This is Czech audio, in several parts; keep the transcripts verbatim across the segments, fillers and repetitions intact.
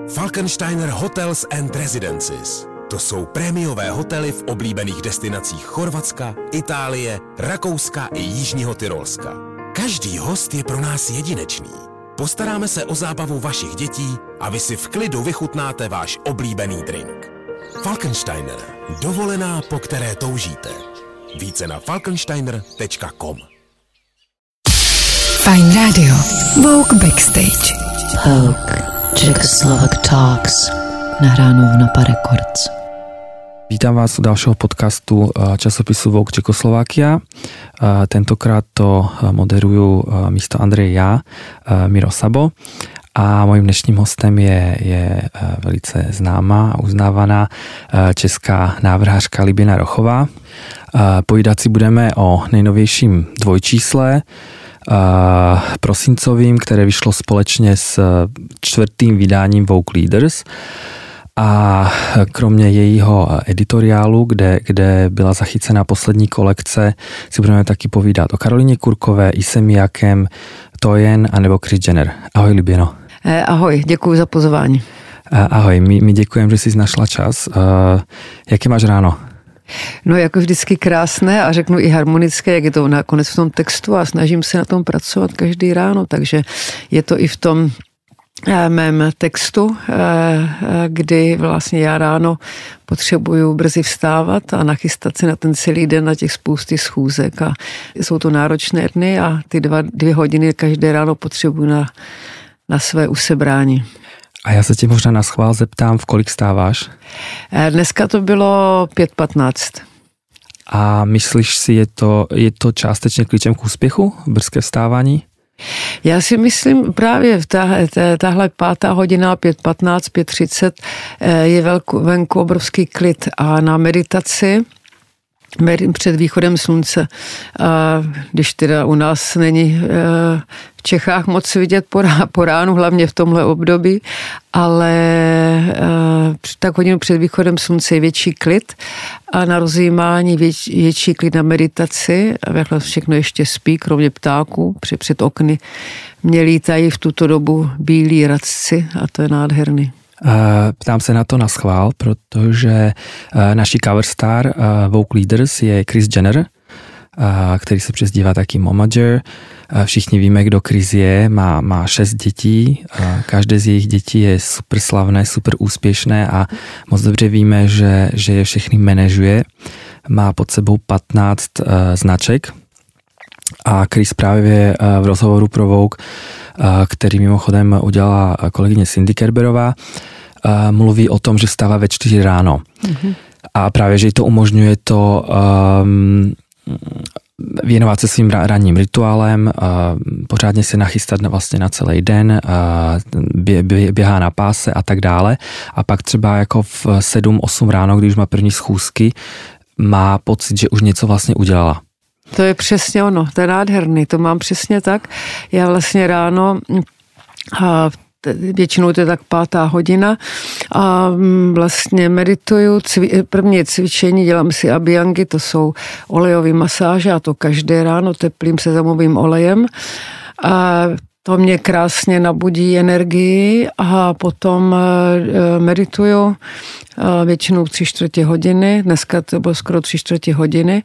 Falkensteiner Hotels and Residences. To jsou prémiové hotely v oblíbených destinacích Chorvatska, Itálie, Rakouska i Jižního Tyrolska. Každý host je pro nás jedinečný. Postaráme se o zábavu vašich dětí a vy si v klidu vychutnáte váš oblíbený drink. Falkensteiner. Dovolená, po které toužíte. Více na falkensteiner tečka com. Fajn Radio. Vogue Backstage. Vogue Czechoslovak Talks. Nahráno v Napa Records. Vítám vás u dalšího podcastu časopisu Vogue Czechoslovakia. Tentokrát to moderuju místo Andreje já, Miro Sabo. A mojím dnešním hostem je, je velice známá a uznávaná česká návrhářka Liběna Rochová. Povídat si budeme o nejnovějším dvojčísle, prosincovým, které vyšlo společně s čtvrtým vydáním Vogue Leaders. A kromě jejího editoriálu, kde, kde byla zachycena poslední kolekce, si budeme taky povídat o Karolíně Kurkové, Isemiakem, Toyen a nebo Kris Jenner. Ahoj, Liběno. Ahoj, děkuji za pozvání. Ahoj, my, my děkujeme, že jsi našla čas. Jaké máš ráno? No jako vždycky krásné a řeknu i harmonické, jak je to nakonec v tom textu a snažím se na tom pracovat každý ráno, takže je to i v tom mém textu, kdy vlastně já ráno potřebuju brzy vstávat a nachystat se na ten celý den na těch spousty schůzek a jsou to náročné dny a ty dva, dvě hodiny každé ráno potřebuju na, na své usebrání. A já se tě možná na schvál zeptám, v kolik stáváš? Dneska to bylo pět patnáct. A myslíš si, je to, je to částečně klíčem k úspěchu, brzké vstávání? Já si myslím právě tahle, tahle pátá hodina, pět patnáct, pět třicet je velku, venku obrovský klid a na meditaci před východem slunce. A když teda u nás není v Čechách moc vidět po ránu, hlavně v tomhle období, ale tak hodinu před východem slunce je větší klid a na rozjímání věč, větší klid na meditaci. A všechno ještě spí, kromě ptáků. Před, před okny mě lítají v tuto dobu bílí radci a to je nádherný. Ptám se na to na schvál, protože naší cover star Vogue Leaders je Kris Jenner, který se přezdívá taky Momager. Všichni víme, kdo Kris je, má, má šest dětí, každé z jejich dětí je super slavné, super úspěšné a moc dobře víme, že, že je všechny manažuje. Má pod sebou patnáct značek a Kris právě v rozhovoru pro Vogue, který mimochodem udělala kolegyně Cindy Kerberová, mluví o tom, že vstává ve čtyři ráno. Mm-hmm. A právě, že jí to umožňuje to um, věnovat se svým ranním rituálem, uh, pořádně se nachystat na, vlastně na celý den, uh, bě, bě, běhá na páse a tak dále. A pak třeba jako v sedm osm ráno, když má první schůzky, má pocit, že už něco vlastně udělala. To je přesně ono, to je nádherný, to mám přesně tak. Já vlastně ráno, a většinou to je tak pátá hodina a vlastně medituju, cvi, první je cvičení, dělám si abhyangy, to jsou olejové masáže a to každé ráno teplým sezamovým olejem. A to mě krásně nabudí energii a potom medituju většinou tři čtvrtě hodiny, dneska to bylo skoro tři čtvrtě hodiny.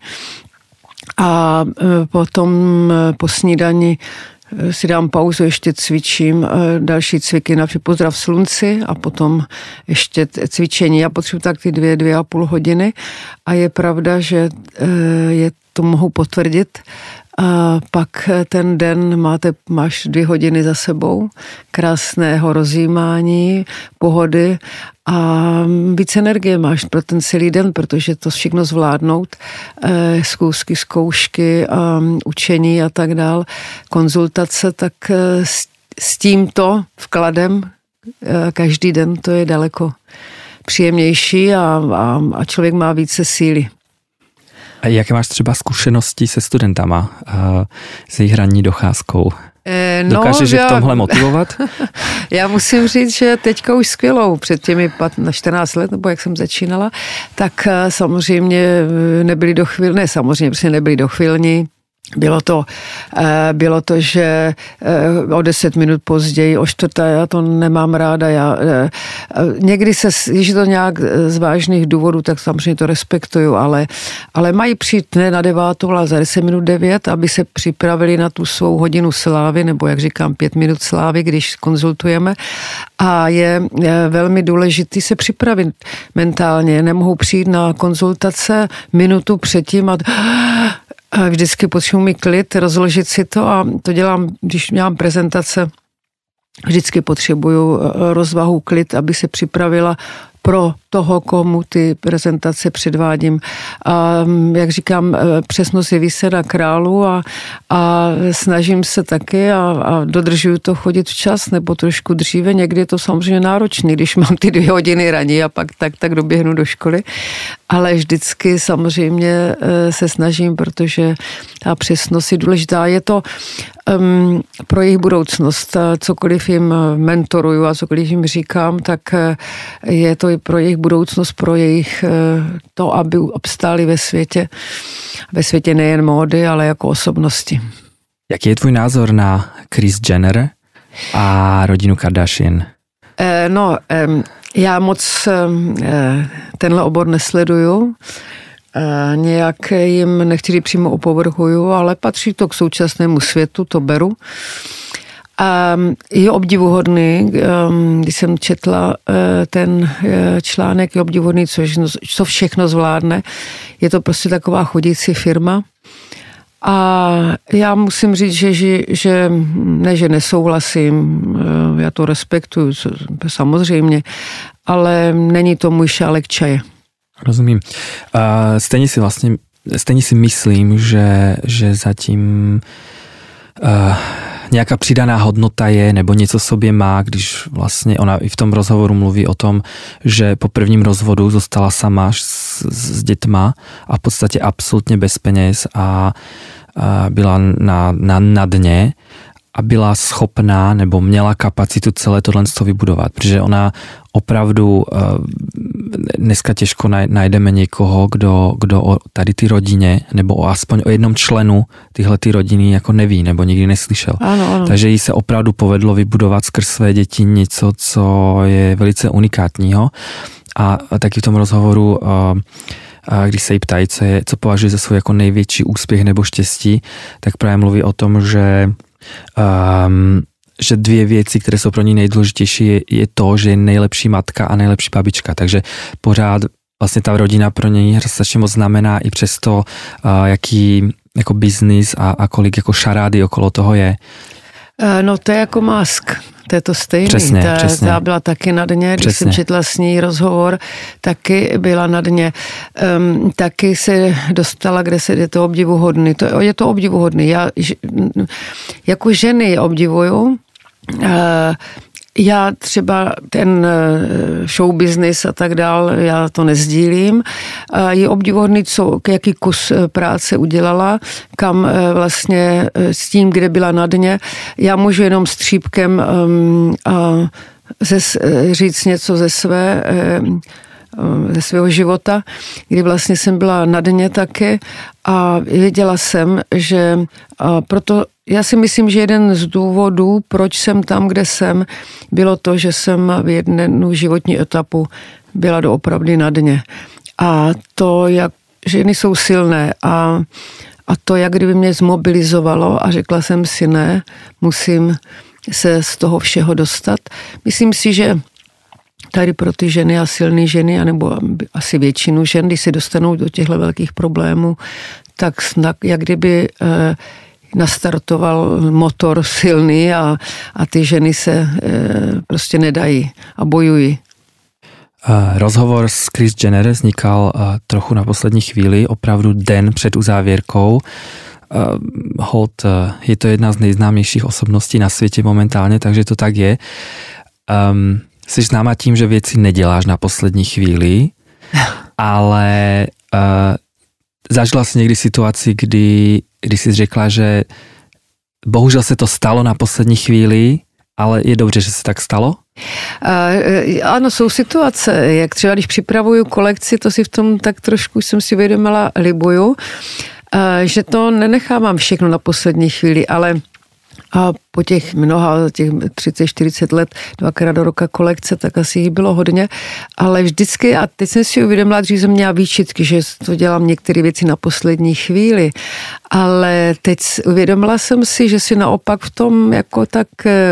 A potom po snídani si dám pauzu, ještě cvičím další cviky na pozdrav slunci a potom ještě cvičení. Já potřebuji tak ty dvě, dvě a půl hodiny a je pravda, že je, to mohu potvrdit. A pak ten den máte, máš dvě hodiny za sebou, krásného rozjímání, pohody a víc energie máš pro ten celý den, protože to všechno zvládnout, zkoušky, zkoušky, učení a tak dál, konzultace, tak s tímto vkladem každý den to je daleko příjemnější a, a, a člověk má více síly. A jaké máš třeba zkušenosti se studentama, s jejich ranní docházkou? E, no, Dokážeš je v tomhle motivovat? Já musím říct, že teďka už skvělou. Před těmi čtrnáct let, nebo jak jsem začínala, tak samozřejmě nebyli dochvilní, ne samozřejmě, protože nebyli dochvilní. Bylo to, bylo to, že o deset minut později, o čtvrté, já to nemám ráda. Já, někdy se, když je to nějak z vážných důvodů, tak samozřejmě to respektuju, ale, ale mají přijít ne na devátou, ale za deset minut devět, aby se připravili na tu svou hodinu slávy, nebo jak říkám, pět minut slávy, když konzultujeme. A je velmi důležitý se připravit mentálně. Nemohou přijít na konzultace minutu předtím a A vždycky potřebuji mít klid, rozložit si to a to dělám, když dělám prezentace, vždycky potřebuju rozvahu, klid, aby se připravila pro toho, komu ty prezentace předvádím. A jak říkám, přesnost je výsada králu a, a snažím se taky a, a dodržuju to chodit včas nebo trošku dříve. Někdy je to samozřejmě náročné, když mám ty dvě hodiny raní a pak tak, tak doběhnu do školy. Ale vždycky samozřejmě se snažím, protože ta přesnost je důležitá. Je to um, pro jejich budoucnost. Cokoliv jim mentoruju a cokoliv jim říkám, tak je to i pro jejich budoucnost, pro jejich to, aby obstáli ve světě. Ve světě nejen módy, ale jako osobnosti. Jaký je tvůj názor na Kris Jenner a rodinu Kardashian? Eh, no, eh, já moc eh, tenhle obor nesleduju. Eh, nějak jim nechci přímo opovrhuju, ale patří to k současnému světu, to beru. A je obdivuhodný, když jsem četla ten článek, je obdivuhodný, co, co všechno zvládne. Je to prostě taková chodící firma. A já musím říct, že, že, že ne, že nesouhlasím, já to respektuju, samozřejmě, ale není to můj šálek čaje. Rozumím. Uh, stejně si vlastně, stejně si myslím, že, že zatím uh, nějaká přidaná hodnota je, nebo něco sobě má, když vlastně ona i v tom rozhovoru mluví o tom, že po prvním rozvodu zostala sama s, s dětma a v podstatě absolutně bez peněz a, a byla na, na, na dně a byla schopná nebo měla kapacitu celé tohle vybudovat, protože ona opravdu dneska těžko najdeme někoho, kdo, kdo o tady ty rodině nebo o aspoň o jednom členu tyhle ty rodiny jako neví nebo nikdy neslyšel. Ano, ano. Takže jí se opravdu povedlo vybudovat skrz své děti něco, co je velice unikátního a taky v tom rozhovoru a když se jí ptají, co, je, co považuje za svůj jako největší úspěch nebo štěstí, tak právě mluví o tom, že Um, že dvě věci, které jsou pro ní nejdůležitější, je, je to, že je nejlepší matka a nejlepší babička. Takže pořád vlastně ta rodina pro něj strašně moc znamená i přesto, uh, jaký jako biznis a, a kolik jako šarády okolo toho je. No to je jako Musk, to je to stejný. Přesně, ta, přesně. ta byla taky na dně, když Přesně. jsem četla s ní rozhovor, taky byla na dně. Um, taky se dostala, kde se je to obdivuhodný. To, je to obdivuhodný. Já jako ženy obdivuju. Uh, Já třeba ten show business a tak dál, já to nezdílím. Je obdivuhodný, co, jaký kus práce udělala, kam vlastně s tím, kde byla na dně. Já můžu jenom střípkem um, a ze, říct něco ze své um, ze svého života, kdy vlastně jsem byla na dně taky a věděla jsem, že a proto já si myslím, že jeden z důvodů, proč jsem tam, kde jsem, bylo to, že jsem v jednu životní etapu byla doopravdy na dně. A to, jak ženy jsou silné a, a to, jak kdyby mě zmobilizovalo a řekla jsem si ne, musím se z toho všeho dostat. Myslím si, že tady pro ty ženy a silné ženy, anebo asi většinu žen, když se dostanou do těchto velkých problémů, tak snad, jak kdyby eh, nastartoval motor silný a, a ty ženy se eh, prostě nedají a bojují. Rozhovor s Kris Jenner vznikal uh, trochu na poslední chvíli, opravdu den před uzávěrkou. Uh, hold, uh, je to jedna z nejznámějších osobností na světě momentálně, takže to tak je. Um, jsi známa tím, že věci neděláš na poslední chvíli, ale uh, zažila jsi někdy situaci, kdy, kdy jsi řekla, že bohužel se to stalo na poslední chvíli, ale je dobře, že se tak stalo? Uh, ano, jsou situace, jak třeba když připravuju kolekci, to si v tom tak trošku jsem si vědomila, libuju. že to nenechávám všechno na poslední chvíli, ale a po těch mnoha, těch třicet čtyřicet let, dvakrát do roka kolekce, tak asi jich bylo hodně, ale vždycky, a teď jsem si uvědomila, že jsem měla výčitky, že to dělám některé věci na poslední chvíli, ale teď uvědomila jsem si, že si naopak v tom jako tak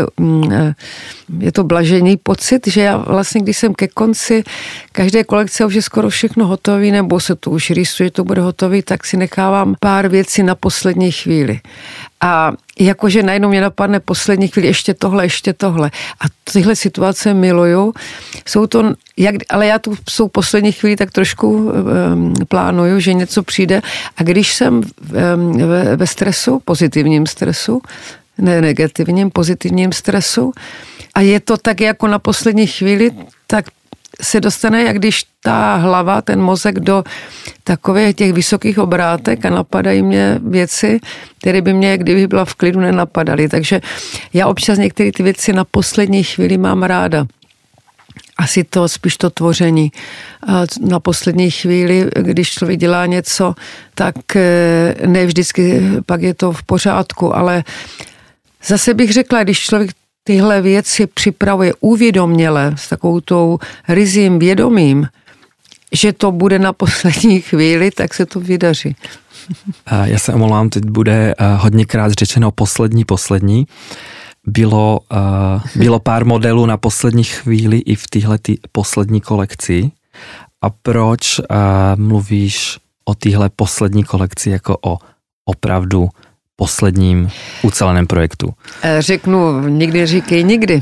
je to blažený pocit, že já vlastně, když jsem ke konci každé kolekce už je skoro všechno hotový, nebo se to už rýsuje, že to bude hotový, tak si nechávám pár věcí na poslední chvíli. A jakože najednou mě napadne poslední chvíli ještě tohle, ještě tohle. A tyhle situace miluju. Jsou to, jak, ale já tu jsou poslední chvíli tak trošku um, plánuju, že něco přijde. A když jsem um, ve, ve stresu, pozitivním stresu, ne negativním, pozitivním stresu, a je to tak jako na poslední chvíli, tak se dostane, jak když ta hlava, ten mozek do takových těch vysokých obrátek a napadají mě věci, které by mě, kdyby byla v klidu, nenapadaly. Takže já občas některé ty věci na poslední chvíli mám ráda. Asi to, spíš to tvoření. Na poslední chvíli, když člověk dělá něco, tak ne vždycky pak je to v pořádku, ale zase bych řekla, když člověk tyhle věci připravuje uvědoměle s takovou tou ryzím vědomím, že to bude na poslední chvíli, tak se to vydaří. Já se omlouvám, teď bude hodněkrát řečeno poslední, poslední. Bylo, bylo pár modelů na poslední chvíli i v téhle poslední kolekci. A proč mluvíš o téhle poslední kolekci jako o opravdu posledním uceleném projektu? Řeknu, nikdy říkej nikdy.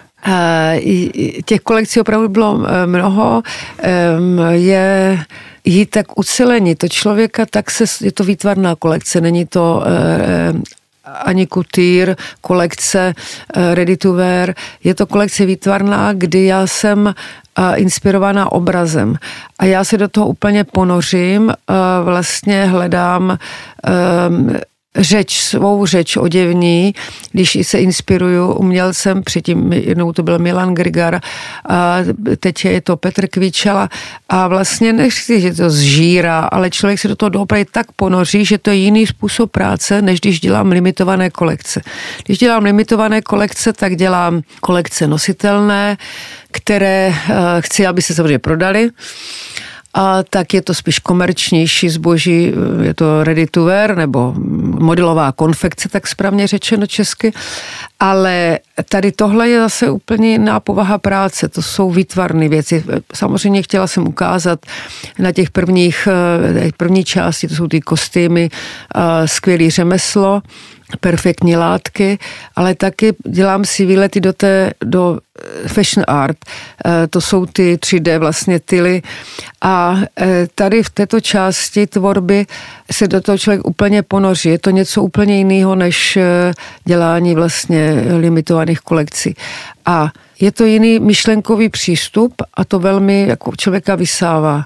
Těch kolekcí opravdu bylo mnoho. Je jít tak ucelení, to člověka, tak se, je to výtvarná kolekce, není to ani kutýr, kolekce ready to wear. Je to kolekce výtvarná, kdy já jsem inspirovaná obrazem. A já se do toho úplně ponořím, vlastně hledám řeč, svou řeč oděvní, když se inspiruju umělcem, předtím jednou to byl Milan Grigar, a teď je to Petr Kvíčela a vlastně nechci, že to zžírá, ale člověk se do toho doopravdy tak ponoří, že to je jiný způsob práce, než když dělám limitované kolekce. Když dělám limitované kolekce, tak dělám kolekce nositelné, které chci, aby se samozřejmě prodali. A tak je to spíš komerčnější zboží, je to ready to wear nebo modelová konfekce, tak správně řečeno česky, ale tady tohle je zase úplně jiná povaha práce, to jsou výtvarné věci. Samozřejmě chtěla jsem ukázat na těch prvních, první části, to jsou ty kostýmy, skvělý řemeslo, perfektní látky, ale taky dělám si výlety do té, do fashion art. To jsou ty tři dé vlastně tyly a tady v této části tvorby se do toho člověk úplně ponoří. Je to něco úplně jiného, než dělání vlastně limitovaných kolekcí. A je to jiný myšlenkový přístup a to velmi jako člověka vysává.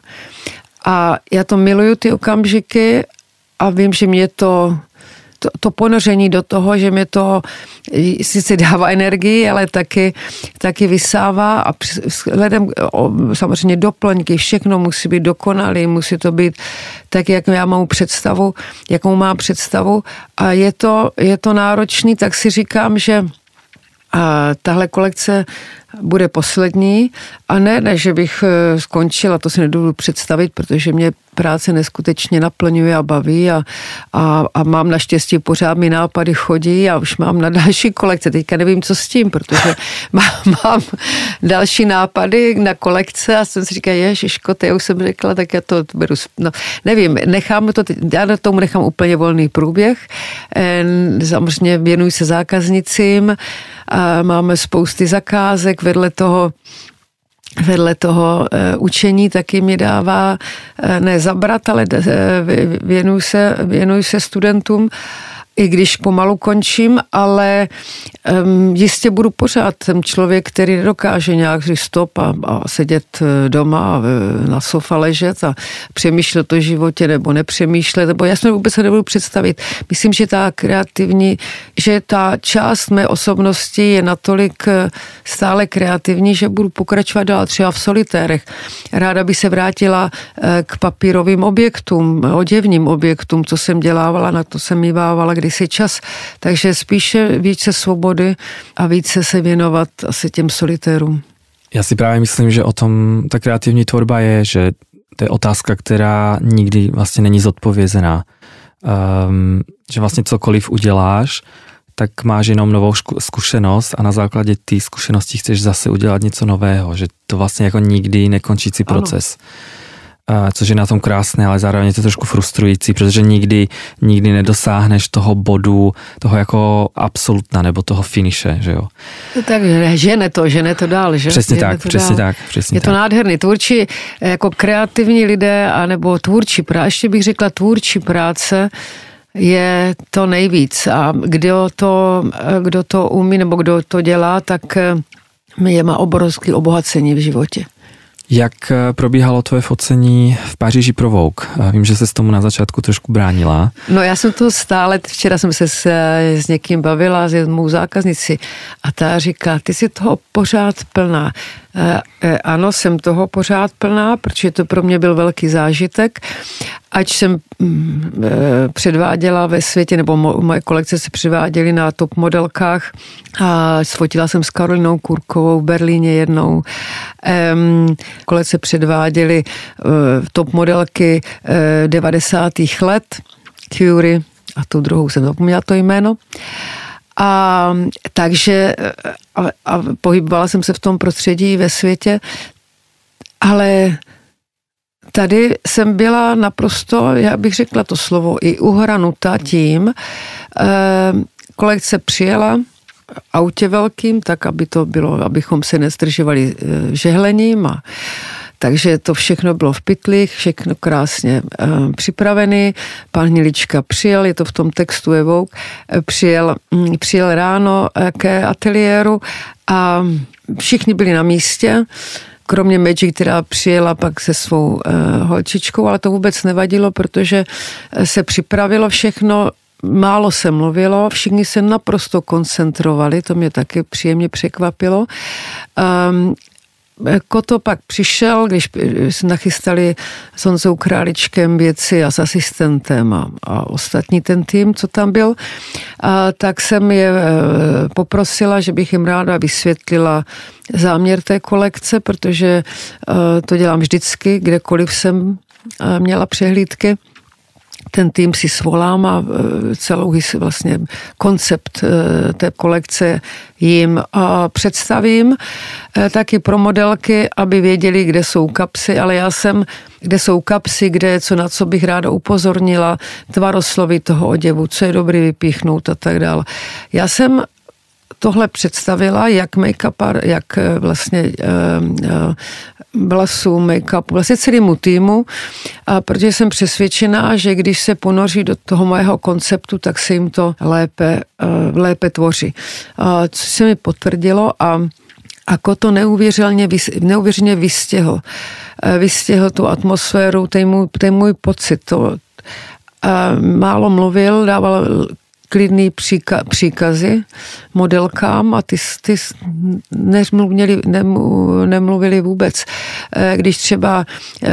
A já to miluju, ty okamžiky a vím, že mě to To, to ponoření do toho, že mi to sice dává energii, ale taky, taky vysává a vzhledem samozřejmě doplňky, všechno musí být dokonalý, musí to být tak, jak já mám představu, jakou mám představu a je to, je to náročný, tak si říkám, že a tahle kolekce bude poslední a ne, ne, že bych skončila, to si nedovedu představit, protože mě práce neskutečně naplňuje a baví a, a, a mám naštěstí pořád mi nápady chodí a už mám na další kolekce. Teďka nevím, co s tím, protože mám, mám další nápady na kolekce a jsem si říkala, ježiško, to já už jsem řekla, tak já to beru, no, nevím, nechám to, já na tomu nechám úplně volný průběh, samozřejmě věnuji se zákaznicím, a máme spousty zakázek, vedle toho vedle toho učení taky mi dává ne zabrat, ale věnuji se, věnuji se studentům i když pomalu končím, ale um, jistě budu pořád ten člověk, který nedokáže nějak říct stop a, a sedět doma a na sofa ležet a přemýšlet o životě nebo nepřemýšlet, nebo já si vůbec se nebudu představit. Myslím, že ta kreativní, že ta část mé osobnosti je natolik stále kreativní, že budu pokračovat dál třeba v solitérech. Ráda by se vrátila k papírovým objektům, oděvním objektům, co jsem dělávala, na to jsem mívávala kdysi čas. Takže spíše více svobody a více se věnovat asi těm solitérům. Já si právě myslím, že o tom ta kreativní tvorba je, že to je otázka, která nikdy vlastně není zodpovězená. Um, že vlastně cokoliv uděláš, tak máš jenom novou zkušenost a na základě té zkušenosti chceš zase udělat něco nového, že to vlastně jako nikdy nekončící proces. Uh, což je na tom krásné, ale zároveň je to trošku frustrující, protože nikdy, nikdy nedosáhneš toho bodu, toho jako absolutna, nebo toho finiše, že jo. Takže žene to, žene to dál, že? Přesně žene tak, přesně dál. tak. Přesně je to tak. nádherný. Tvůrčí, jako kreativní lidé, anebo tvůrčí práce, ještě bych řekla tvůrčí práce, je to nejvíc. A kdo to, kdo to umí, nebo kdo to dělá, tak je má obrovské obohacení v životě. Jak probíhalo tvoje focení v Paříži pro Vogue? Vím, že se s tomu na začátku trošku bránila. No já jsem to stále, včera jsem se s, s někým bavila, s jednou zákaznici a ta říká, ty jsi toho pořád plná. E, e, ano, jsem toho pořád plná, protože to pro mě byl velký zážitek. Ať jsem mm, e, předváděla ve světě, nebo mo, moje kolekce se předváděly na top modelkách a sfotila jsem s Karolinou Kurkovou v Berlíně jednou. E, kolekce předváděly e, top modelky e, devadesátých let, Curie, a tu druhou jsem zapomněla to jméno. A takže a, a pohybovala jsem se v tom prostředí ve světě, ale tady jsem byla naprosto, já bych řekla to slovo, i uhranuta tím. E, kolekce přijela autě velkým, tak aby to bylo, abychom se nezdržovali žehlením a takže to všechno bylo v pytlích, všechno krásně e, připravený. Pan Hnilička přijel, je to v tom textu je Vogue, přijel, přijel ráno ke ateliéru a všichni byli na místě, kromě Magic, která přijela pak se svou e, holčičkou, ale to vůbec nevadilo, protože se připravilo všechno, málo se mluvilo, všichni se naprosto koncentrovali, to mě taky příjemně překvapilo. Um, Koto pak přišel, když se nachystali s Honzou Králičkem věci a s asistentem a, a ostatní ten tým, co tam byl, a tak jsem je poprosila, že bych jim ráda vysvětlila záměr té kolekce, protože to dělám vždycky, kdekoliv jsem měla přehlídky. Ten tým si svolám a celou vlastně koncept té kolekce jim představím. Taky pro modelky, aby věděli, kde jsou kapsy, ale já jsem, kde jsou kapsy, kde je co, na co bych ráda upozornila, tvarosloví toho oděvu, co je dobrý vypíchnout a tak dále. Já jsem tohle představila, jak make-up, jak vlastně vlasů, make-up, vlastně celému týmu, a protože jsem přesvědčená, že když se ponoří do toho mého konceptu, tak se jim to lépe, lépe tvoří. A co se mi potvrdilo a a Koto neuvěřitelně, neuvěřitelně vystěhl. Vystěhl tu atmosféru, ten můj, ten můj pocit. To, málo mluvil, dával klidný příka, příkazy modelkám a ty, ty nemluvili, nemluvili vůbec. Když třeba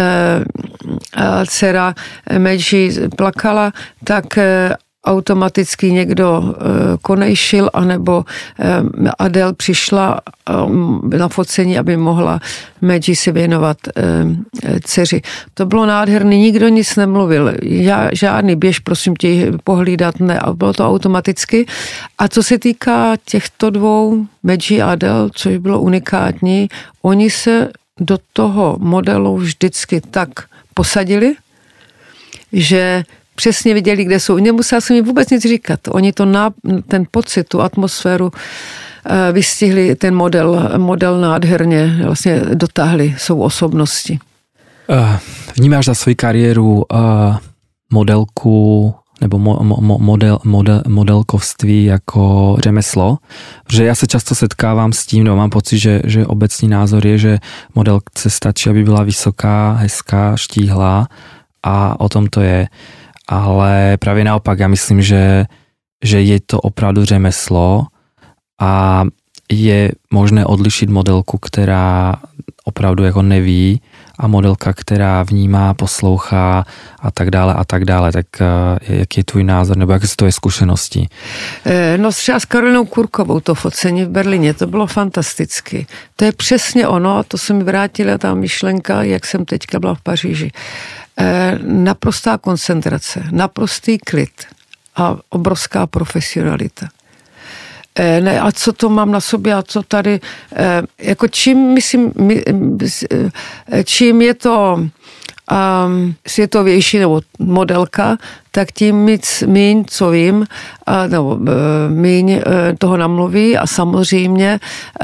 dcera Meji plakala, tak automaticky někdo konejšil, anebo Adele přišla na focení, aby mohla Meji si věnovat dceři. To bylo nádherný, nikdo nic nemluvil. Žádný běž, prosím tě, pohlídat, ne. Bylo to automaticky. A co se týká těchto dvou, Meji a Adele, což bylo unikátní, oni se do toho modelu vždycky tak posadili, že přesně viděli, kde jsou. Nemusela jsem jim vůbec nic říkat. Oni to na, ten pocit, tu atmosféru vystihli, ten model, model nádherně vlastně dotáhli svou osobnosti. Vnímáš za svoji kariéru modelku nebo mo, mo, model, model, modelkovství jako řemeslo, že já se často setkávám s tím, no mám pocit, že, že obecný názor je, že modelce stačí, aby byla vysoká, hezká, štíhlá a o tom to je. Ale právě naopak, já myslím, že, že je to opravdu řemeslo a je možné odlišit modelku, která opravdu jako neví, a modelka, která vnímá, poslouchá a tak dále a tak dále. Tak jaký je tvůj názor, nebo jaké jsou tvoje zkušenosti? No třeba s Karolinou Kurkovou to focení v Berlíně, to bylo fantasticky. To je přesně ono, a to se mi vrátila ta myšlenka, jak jsem teďka byla v Paříži. Naprostá koncentrace, naprostý klid a obrovská profesionalita. Ne, a co to mám na sobě a co tady, jako čím myslím, čím je to um, světovější nebo modelka, tak tím míň, co vím, a, nebo míň toho namluví a samozřejmě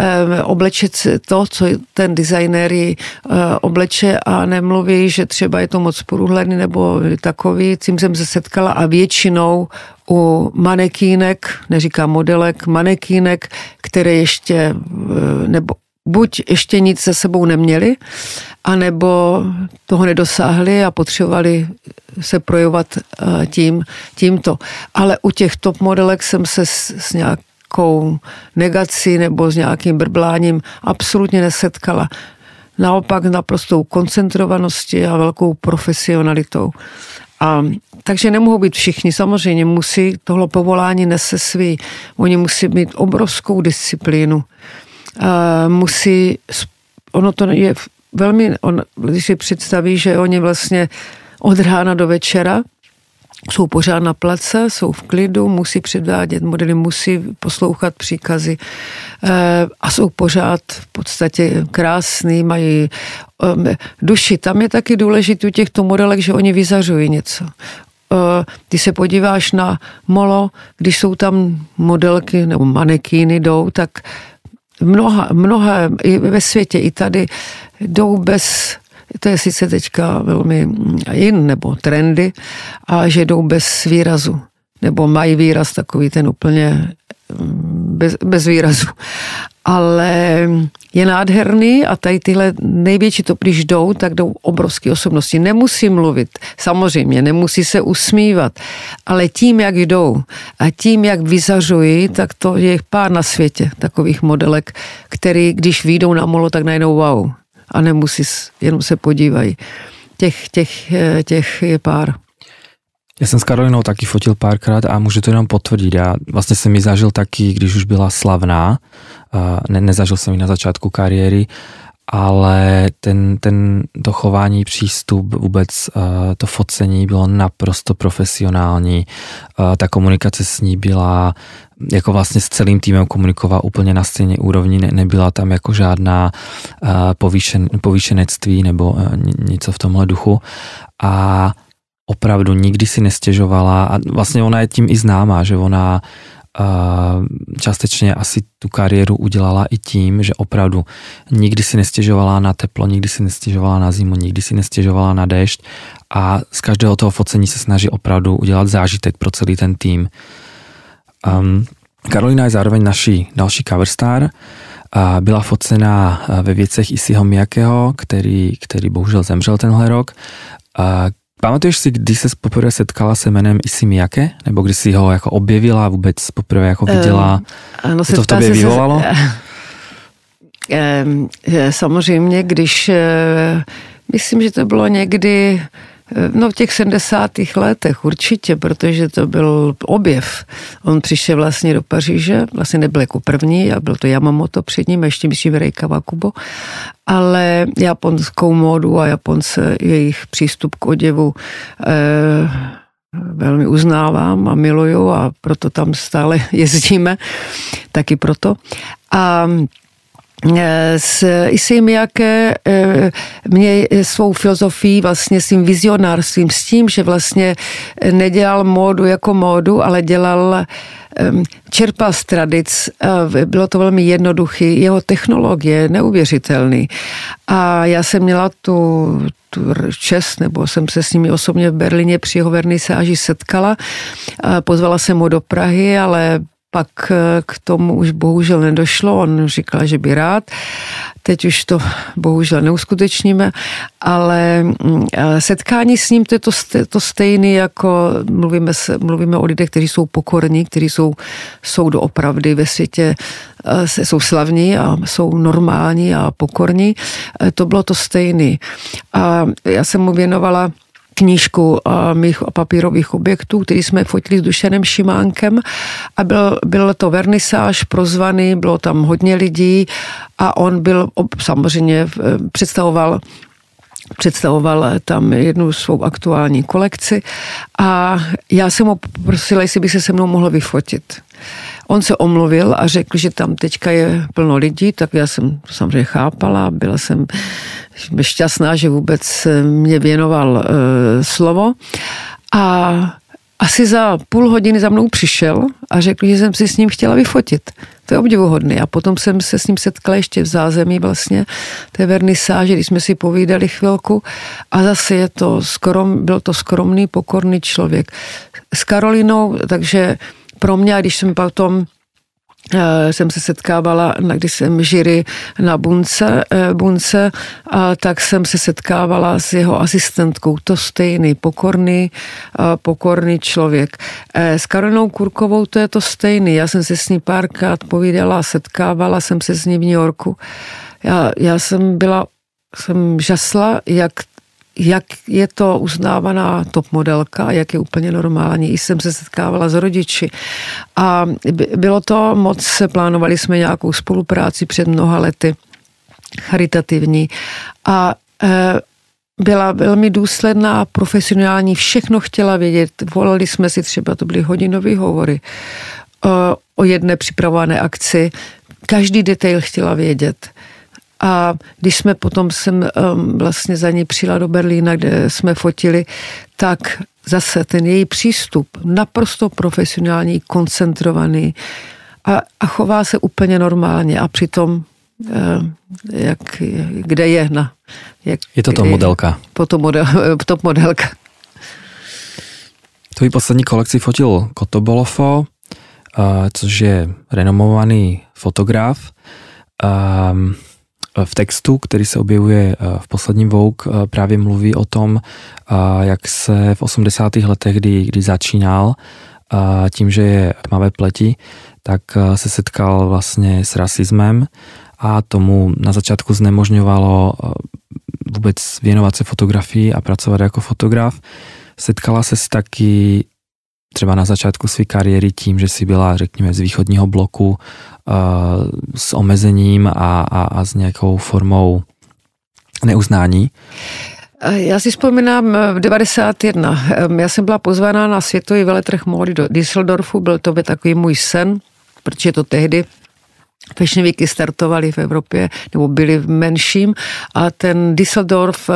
oblečet to, co ten designér ji obleče a nemluví, že třeba je to moc průhledný nebo takový, tím jsem se setkala a většinou u manekínek, neříkám modelek, manekínek, které ještě, nebo buď ještě nic se sebou neměli, anebo toho nedosáhli a potřebovali se projevovat tím, tímto. Ale u těch top modelek jsem se s, s nějakou negací nebo s nějakým brbláním absolutně nesetkala. Naopak naprostou koncentrovaností a velkou profesionalitou. A takže nemohou být všichni, samozřejmě musí, tohle povolání nese svý, oni musí mít obrovskou disciplínu. A musí, ono to je velmi, on, když si představí, že oni vlastně od rána do večera jsou pořád na place, jsou v klidu, musí předvádět modely, musí poslouchat příkazy a jsou pořád v podstatě krásný, mají duši. Tam je taky důležité u těchto modelek, že oni vyzařují něco. Když se podíváš na molo, když jsou tam modelky nebo manekíny jdou, tak mnoha, mnoha i ve světě, i tady jdou bez, to je sice teďka velmi jin, nebo trendy, a že jdou bez výrazu. Nebo mají výraz takový ten úplně bez, bez výrazu. Ale je nádherný a tady tyhle největší to, když jdou, tak jdou obrovské osobnosti. Nemusí mluvit, samozřejmě, nemusí se usmívat, ale tím, jak jdou a tím, jak vyzařují, tak to je pár na světě takových modelek, který, když vyjdou na molo, tak najednou wow. A nemusí, jenom se podívají. Těch, těch, těch je pár. Já jsem s Karolinou taky fotil párkrát a můžu to jenom potvrdit. Já vlastně jsem ji zažil taky, když už byla slavná. Ne, nezažil jsem ji na začátku kariéry, ale ten, ten to chování, přístup, vůbec to focení bylo naprosto profesionální. Ta komunikace s ní byla, jako vlastně s celým týmem komunikovala úplně na stejné úrovni, ne, nebyla tam jako žádná povýšen, povýšenectví nebo něco v tomhle duchu. A opravdu nikdy si nestěžovala a vlastně ona je tím i známá, že ona uh, částečně asi tu kariéru udělala i tím, že opravdu nikdy si nestěžovala na teplo, nikdy si nestěžovala na zimu, nikdy si nestěžovala na déšť a z každého toho focení se snaží opravdu udělat zážitek pro celý ten tým. Um, Karolina je zároveň naší další coverstar. Uh, byla focená ve věcech Isseyho Miyakeho, který, který bohužel zemřel tenhle rok. Uh, Pamatuješ si, když se poprvé setkala se jménem Issey Miyake? Nebo když si ho jako objevila, vůbec poprvé jako viděla? Um, ano, co to v tobě vyvolalo? Se, um, samozřejmě, když, myslím, že to bylo někdy, no v těch sedmdesátých letech určitě, protože to byl objev. On přišel vlastně do Paříže, vlastně nebyl jako první, a byl to Yamamoto před ním, ještě myslím Rei Kawakubo, ale japonskou módu a Japonce, jejich přístup k oděvu eh, velmi uznávám a miluju a proto tam stále jezdíme, taky proto. A s Isejmiaké mě svou filozofií, vlastně s tím vizionářstvím, s tím, že vlastně nedělal módu jako módu, ale dělal, čerpal z tradic, bylo to velmi jednoduchý, jeho technologie neuvěřitelný. A já jsem měla tu, tu čest, nebo jsem se s nimi osobně v Berlíně při jeho vernisáži setkala, pozvala jsem ho do Prahy, ale pak k tomu už bohužel nedošlo, on říkal, že by rád. Teď už to bohužel neuskutečníme, ale setkání s ním to je to, to stejné, jako mluvíme, se, mluvíme o lidech, kteří jsou pokorní, kteří jsou, jsou doopravdy ve světě, jsou slavní a jsou normální a pokorní. To bylo to stejné. A já jsem mu věnovala knížku mých papírových objektů, který jsme fotili s Dušanem Šimánkem a byl, byl to vernisáž prozvaný, bylo tam hodně lidí a on byl samozřejmě představoval představoval tam jednu svou aktuální kolekci a já jsem ho poprosila, jestli by se se mnou mohl vyfotit. On se omluvil a řekl, že tam teďka je plno lidí, tak já jsem to samozřejmě chápala, byla jsem šťastná, že vůbec mě věnoval e, slovo a asi za půl hodiny za mnou přišel a řekl, že jsem si s ním chtěla vyfotit. To je obdivuhodný. A potom jsem se s ním setkala ještě v zázemí vlastně té vernisáže, když jsme si povídali chvilku a zase je to skrom, byl to skromný, pokorný člověk. S Karolinou, takže pro mě, když jsem potom jsem se setkávala, když jsem žiry na Bunce, Bunce a tak jsem se setkávala s jeho asistentkou. To stejný, pokorný, pokorný člověk. S Karolinou Kurkovou to je to stejný. Já jsem se s ní párkrát povídala, setkávala jsem se s ní v New Yorku. Já, já jsem byla, jsem žasla, jak jak je to uznávaná top modelka a jak je úplně normální. I jsem se setkávala s rodiči. A bylo to moc, plánovali jsme nějakou spolupráci před mnoha lety, charitativní. A e, byla velmi důsledná, profesionální, všechno chtěla vědět. Volali jsme si třeba, to byly hodinové hovory o, o jedné připravované akci. Každý detail chtěla vědět. A když jsme potom jsem um, vlastně za ní přijela do Berlína, kde jsme fotili, tak zase ten její přístup, naprosto profesionální, koncentrovaný a, a chová se úplně normálně a přitom uh, jak, kde je na... Jak, je to to modelka. Potom model, top modelka. Tvojí poslední kolekci fotil Kotobolofo, uh, což je renomovaný fotograf. Um, V textu, který se objevuje v posledním Vogue, právě mluví o tom, jak se v osmdesátých letech, kdy, kdy začínal tím, že je tmavé pleti, tak se setkal vlastně s rasismem a tomu na začátku znemožňovalo vůbec věnovat se fotografii a pracovat jako fotograf. Setkala se s taky třeba na začátku své kariéry tím, že si byla, řekněme, z východního bloku uh, s omezením a, a, a s nějakou formou neuznání. Já si vzpomínám v devadesát jedna. Já jsem byla pozvaná na světový veletrh módy do Düsseldorfu, byl to by takový můj sen, protože to tehdy Fashion Weeky startovaly v Evropě, nebo byly v menším a ten Düsseldorf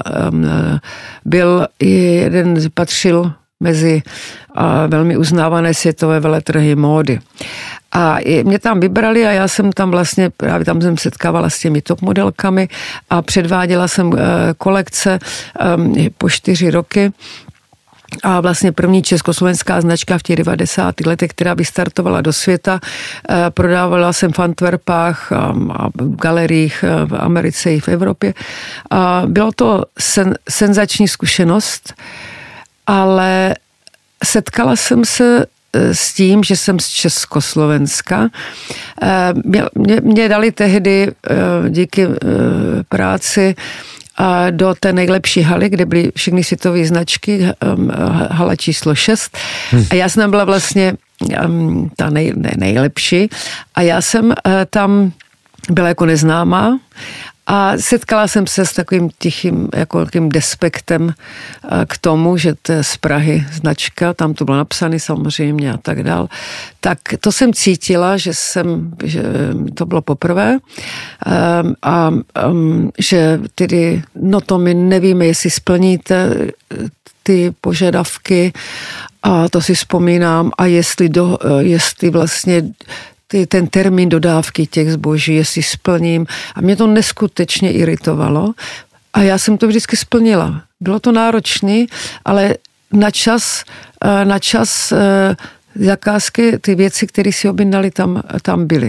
byl jeden, patřil mezi velmi uznávané světové veletrhy módy. A mě tam vybrali a já jsem tam vlastně, právě tam jsem setkávala s těmi top modelkami a předváděla jsem kolekce po čtyři roky. A vlastně první československá značka v těch devadesátých letech, která vystartovala do světa, prodávala jsem v Antwerpách a v galeriích v Americe i v Evropě. A bylo to sen, senzační zkušenost, ale setkala jsem se s tím, že jsem z Československa. Mě, mě, mě dali tehdy díky práci do té nejlepší haly, kde byly všechny světové značky, hala číslo šest. A já jsem byla vlastně ta nej, nej, nejlepší. A já jsem tam byla jako neznámá A setkala jsem se s takovým tichým, jako takovým despektem k tomu, že to je z Prahy značka, tam to bylo napsané samozřejmě a tak dál. Tak to jsem cítila, že jsem, že to bylo poprvé a, a že tedy, no to my nevíme, jestli splníte ty požadavky a to si vzpomínám a jestli, do, jestli vlastně ty, ten termín dodávky těch zboží, jestli splním. A mě to neskutečně iritovalo a já jsem to vždycky splnila. Bylo to náročné, ale na čas, na čas zakázky, ty věci, které si objednali, tam, tam byly.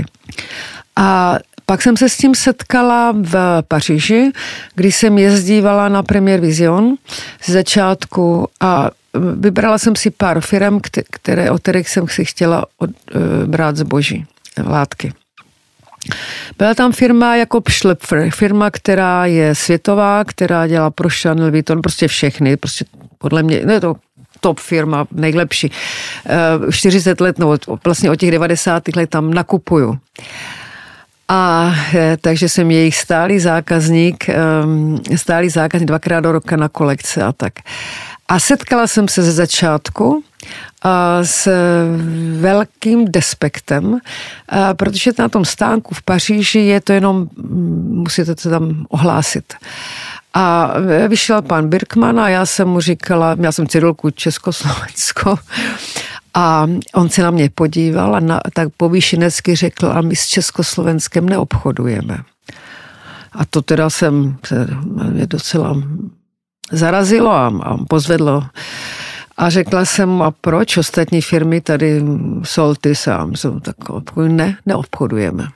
A pak jsem se s tím setkala v Paříži, kdy jsem jezdívala na Premier Vision z začátku a vybrala jsem si pár firem, které, od kterých jsem si chtěla od, brát zboží, látky. Byla tam firma jako Schlepfer, firma, která je světová, která dělá pro Chanel, Vuitton, prostě všechny, prostě podle mě, ne to top firma, nejlepší. čtyřicet let, no vlastně od těch devadesátých let tam nakupuju. A takže jsem jejich stálý zákazník, stálý zákazník dvakrát do roka na kolekce a tak. A setkala jsem se ze začátku s velkým despektem, protože na tom stánku v Paříži je to jenom, musíte to tam ohlásit. A vyšel pan Birkman a já jsem mu říkala, měla jsem cedulku Československo, a on se na mě podíval a na, tak povýšenecky řekl, a my s Československem neobchodujeme. A to teda jsem, mě docela zarazilo a, a pozvedlo. A řekla jsem, a proč ostatní firmy tady Soltis a jsou tak ne, neobchodujeme.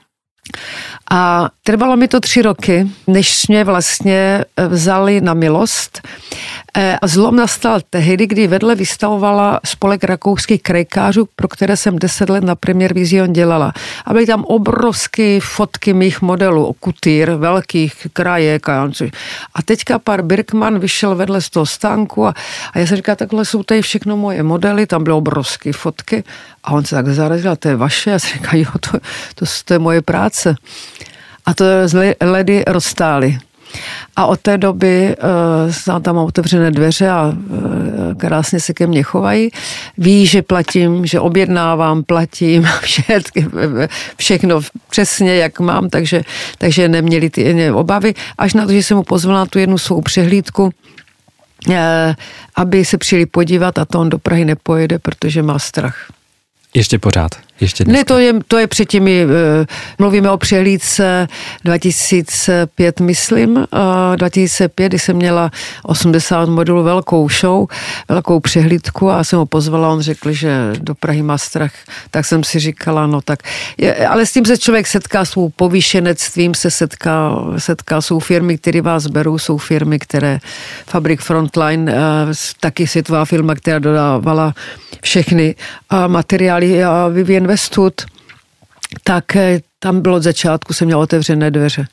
A trvalo mi to tři roky, než mě vlastně vzali na milost. A zlom nastal tehdy, kdy vedle vystavovala spolek rakouských krajkářů, pro které jsem deset let na Premier Vision dělala. A byly tam obrovské fotky mých modelů, kutýr, velkých krajek. A, a teďka pan Birkman vyšel vedle z toho stánku a, a já jsem říkala, takhle jsou tady všechno moje modely, tam byly obrovské fotky. A on se tak zarazil, to je vaše? Já jsem říkala, jo, to, to, to je moje práce. A to z ledy roztály. A od té doby uh, tam mám otevřené dveře a uh, krásně se ke mně chovají. Ví, že platím, že objednávám, platím, všechno, všechno přesně, jak mám, takže, takže neměli ty obavy. Až na to, že jsem mu pozvala na tu jednu svou přehlídku, uh, aby se přijeli podívat a to on do Prahy nepojede, protože má strach. Ještě pořád, ještě dneska. Ne, to je, to je před těmi, mluvíme o přehlídce dva tisíce pět, myslím, dva tisíce pět, kdy jsem měla osmdesát modelů, velkou show, velkou přehlídku a jsem ho pozvala, on řekl, že do Prahy má strach, tak jsem si říkala, no tak, je, ale s tím se člověk setká, svou povýšenectvím se setká, setká, jsou firmy, které vás berou, jsou firmy, které, Fabrik Frontline, taky světová firma, která dodávala všechny materiály a Vivienne Westwood, tak tam bylo od začátku, jsem měla otevřené dveře.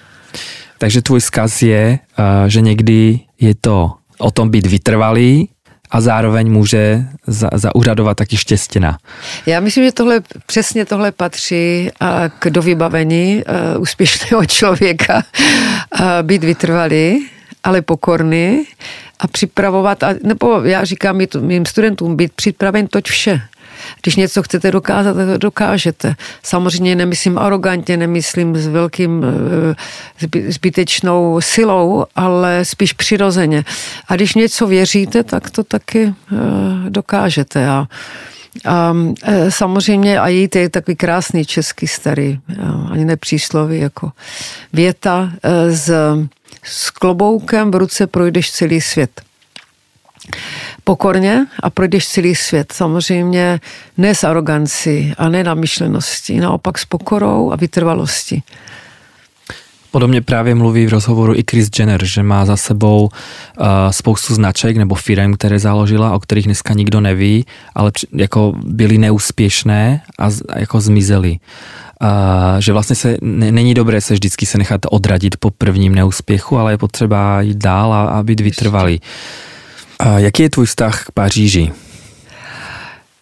Takže tvůj vzkaz je, že někdy je to o tom být vytrvalý a zároveň může za, zaúřadovat taky štěstina. Já myslím, že tohle, přesně tohle patří k do vybavení úspěšného člověka. Být vytrvalý, ale pokorný a připravovat, a, nebo já říkám mým studentům, být připraven toť vše. Když něco chcete dokázat, tak to dokážete. Samozřejmě nemyslím arogantně, nemyslím s velkým zbytečnou silou, ale spíš přirozeně. A když něco věříte, tak to taky dokážete. A, a samozřejmě a jít je takový krásný český starý, ani ne přísloví, jako věta z s kloboukem v ruce projdeš celý svět. Pokorně a projdeš celý svět. Samozřejmě ne s arogancí a ne namyšleností, naopak s pokorou a vytrvalostí. Podobně právě mluví v rozhovoru i Kris Jenner, že má za sebou uh, spoustu značek nebo firem, které založila, o kterých dneska nikdo neví, ale jako byly neúspěšné a z, jako zmizely. Uh, že vlastně se ne, není dobré se vždycky se nechat odradit po prvním neúspěchu, ale je potřeba jít dál a, a být vytrvalý. Uh, jaký je tvůj vztah k Paříži?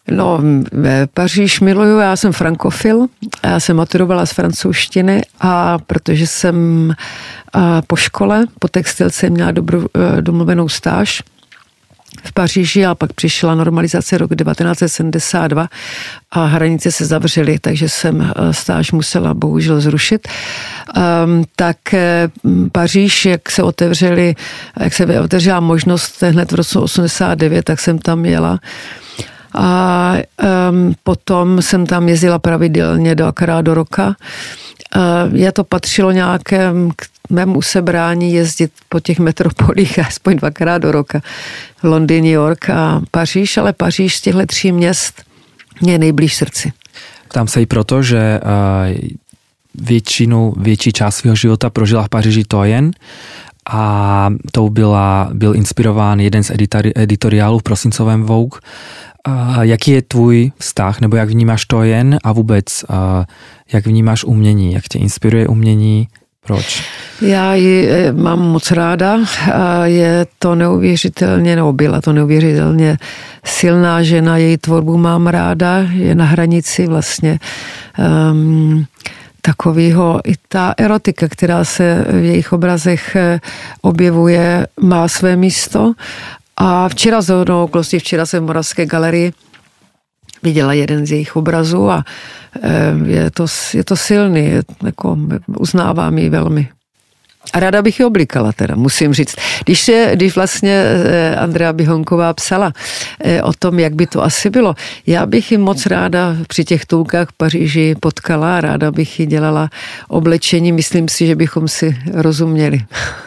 No, Paříž miluju, já jsem frankofil, já jsem maturovala z francouzštiny a protože jsem po škole, po textilce měla dobrou domluvenou stáž v Paříži a pak přišla normalizace rok devatenáct set sedmdesát dva a hranice se zavřely, takže jsem stáž musela bohužel zrušit. Um, tak Paříž, jak se otevřeli, jak se otevřela možnost hned v roce osmdesát devět, tak jsem tam jela. A um, potom jsem tam jezdila pravidelně dvakrát do roka. Uh, je to patřilo nějakém k mému sebrání jezdit po těch metropolích aspoň dvakrát do roka. Londýn, New York a Paříž, ale Paříž z těchto tří měst mě je nejblíž srdci. Ptám se i proto, že uh, většinu, větší část svého života prožila v Paříži Toyen a to byla, byl inspirován jeden z editori, editoriálů v prosincovém Vogue. A jaký je tvůj vztah, nebo jak vnímáš Toyen a vůbec a jak vnímáš umění, jak tě inspiruje umění, proč? Já ji mám moc ráda a je to neuvěřitelně, nebo byla to neuvěřitelně silná žena, její tvorbu mám ráda, je na hranici vlastně um, takového, i ta erotika, která se v jejich obrazech objevuje, má své místo. A včera z hodnou okolností, včera jsem v Moravské galerii viděla jeden z jejich obrazů a je to, je to silný, je, jako, uznávám ji velmi. A ráda bych ji oblikala teda, musím říct. Když, se, když vlastně Andrea Bihonková psala o tom, jak by to asi bylo, já bych ji moc ráda při těch tůlkách v Paříži potkala, ráda bych ji dělala oblečení, myslím si, že bychom si rozuměli.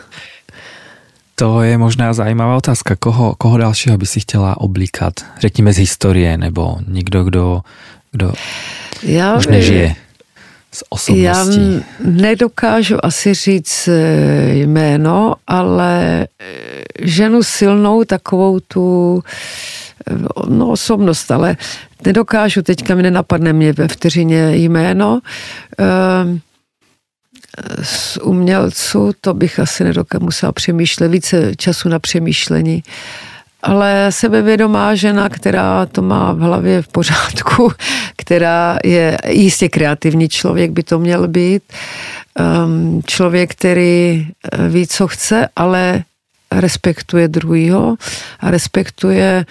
To je možná zajímavá otázka. Koho, koho dalšího by si chtěla oblíkat? Řekněme z historie, nebo někdo, kdo, kdo já, už nežije z osobností. Já nedokážu asi říct jméno, ale ženu silnou takovou tu no, osobnost, ale nedokážu, teďka mi nenapadne mě ve vteřině jméno. Z umělců to bych asi nedokázala, musela přemýšlet, více času na přemýšlení. Ale sebevědomá žena, která to má v hlavě v pořádku, která je jistě kreativní člověk, by to měl být. Um, člověk, který ví, co chce, ale respektuje druhýho a respektuje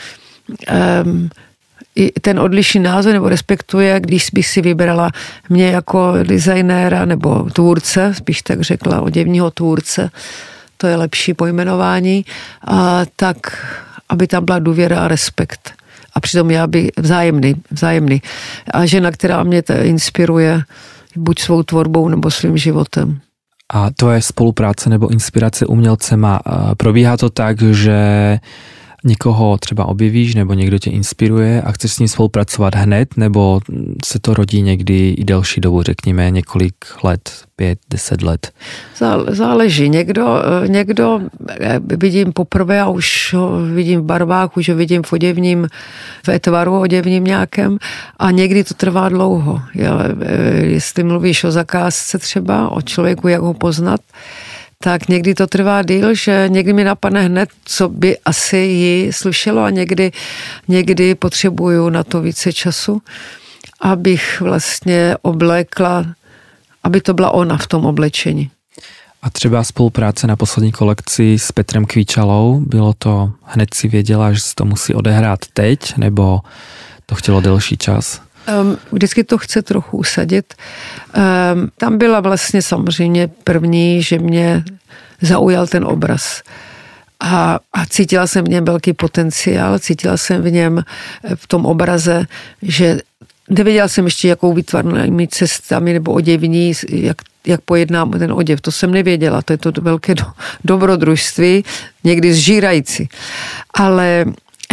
um, i ten odlišný názor, nebo respektuje, když bych si vybrala mě jako designéra nebo tvůrce, spíš tak řekla oděvního tvůrce, to je lepší pojmenování, a tak, aby tam byla důvěra a respekt. A přitom já bych vzájemný, vzájemný. A žena, která mě inspiruje buď svou tvorbou nebo svým životem. A tvoje spolupráce nebo inspirace umělcema, probíhá to tak, že někoho třeba objevíš, nebo někdo tě inspiruje a chceš s ním spolupracovat hned, nebo se to rodí někdy i delší dobu, řekněme několik let, pět, deset let? Záleží. Někdo, někdo vidím poprvé a už ho vidím v barvách, už ho vidím v oděvním, v tvaru oděvním nějakém a někdy to trvá dlouho. Já, jestli mluvíš o zakázce třeba, o člověku, jak ho poznat, tak někdy to trvá díl, že někdy mi napadne hned, co by asi jí slušelo a někdy, někdy potřebuju na to více času, abych vlastně oblékla, aby to byla ona v tom oblečení. A třeba spolupráce na poslední kolekci s Petrem Kvíčalou, bylo to, hned si věděla, že se to musí odehrát teď, nebo to chtělo delší čas? Vždycky to chce trochu usadit. Tam byla vlastně samozřejmě první, že mě zaujal ten obraz. A, a cítila jsem v něm velký potenciál, cítila jsem v něm, v tom obraze, že nevěděla jsem ještě, jakou výtvarnými cestami nebo oděvní, jak, jak pojednám ten oděv. To jsem nevěděla, to je to velké do, dobrodružství, někdy zžírající. Ale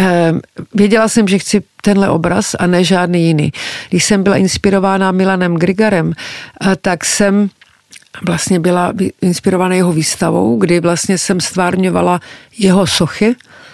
věděla jsem, že chci tenhle obraz a ne žádný jiný. Když jsem byla inspirována Milanem Grigarem, tak jsem vlastně byla inspirována jeho výstavou, kdy vlastně jsem stvárňovala jeho sochy.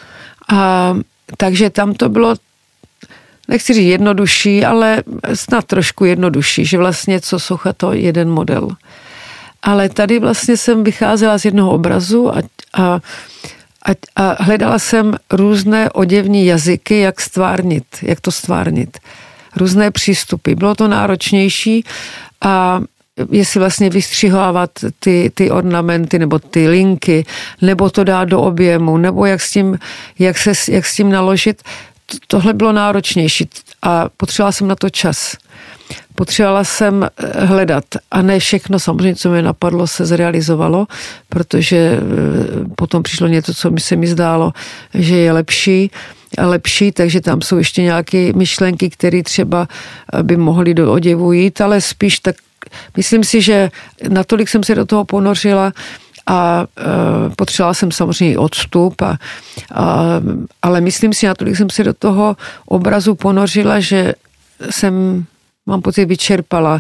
A, takže tam to bylo, nechci říct jednodušší, ale snad trošku jednodušší, že vlastně co socha, to jeden model. Ale tady vlastně jsem vycházela z jednoho obrazu a, a a, a hledala jsem různé oděvní jazyky, jak stvárnit, jak to stvárnit. Různé přístupy. Bylo to náročnější a jestli vlastně vystřihávat ty, ty ornamenty nebo ty linky, nebo to dát do objemu, nebo jak s tím, jak se, jak s tím naložit. Tohle bylo náročnější a potřebovala jsem na to čas. Potřebovala jsem hledat a ne všechno samozřejmě, co mi napadlo, se zrealizovalo, protože potom přišlo něco, co mi se mi zdálo, že je lepší a lepší, takže tam jsou ještě nějaké myšlenky, které třeba by mohly do oděvu jít, ale spíš tak myslím si, že natolik jsem se do toho ponořila a e, potřebovala jsem samozřejmě odstup, a, a, ale myslím si, natolik jsem se do toho obrazu ponořila, že jsem, mám pocit, vyčerpala, e,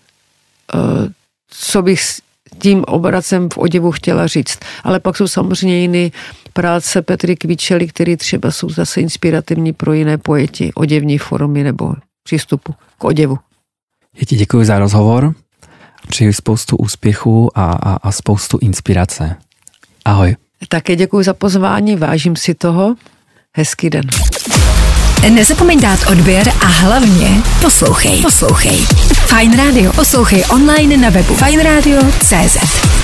co bych s tím obrazem v oděvu chtěla říct. Ale pak jsou samozřejmě jiné práce Petry Kvíčely, které třeba jsou zase inspirativní pro jiné poeti, oděvní formy nebo přístupu k oděvu. Já ti děkuji za rozhovor, přeji spoustu úspěchů a, a, a spoustu inspirace. Ahoj. Také děkuji za pozvání, vážím si toho. Hezký den. Nezapomeň dát odběr a hlavně poslouchej. Poslouchej. Fajn Radio. Poslouchej online na webu fajn radio tečka cé zet.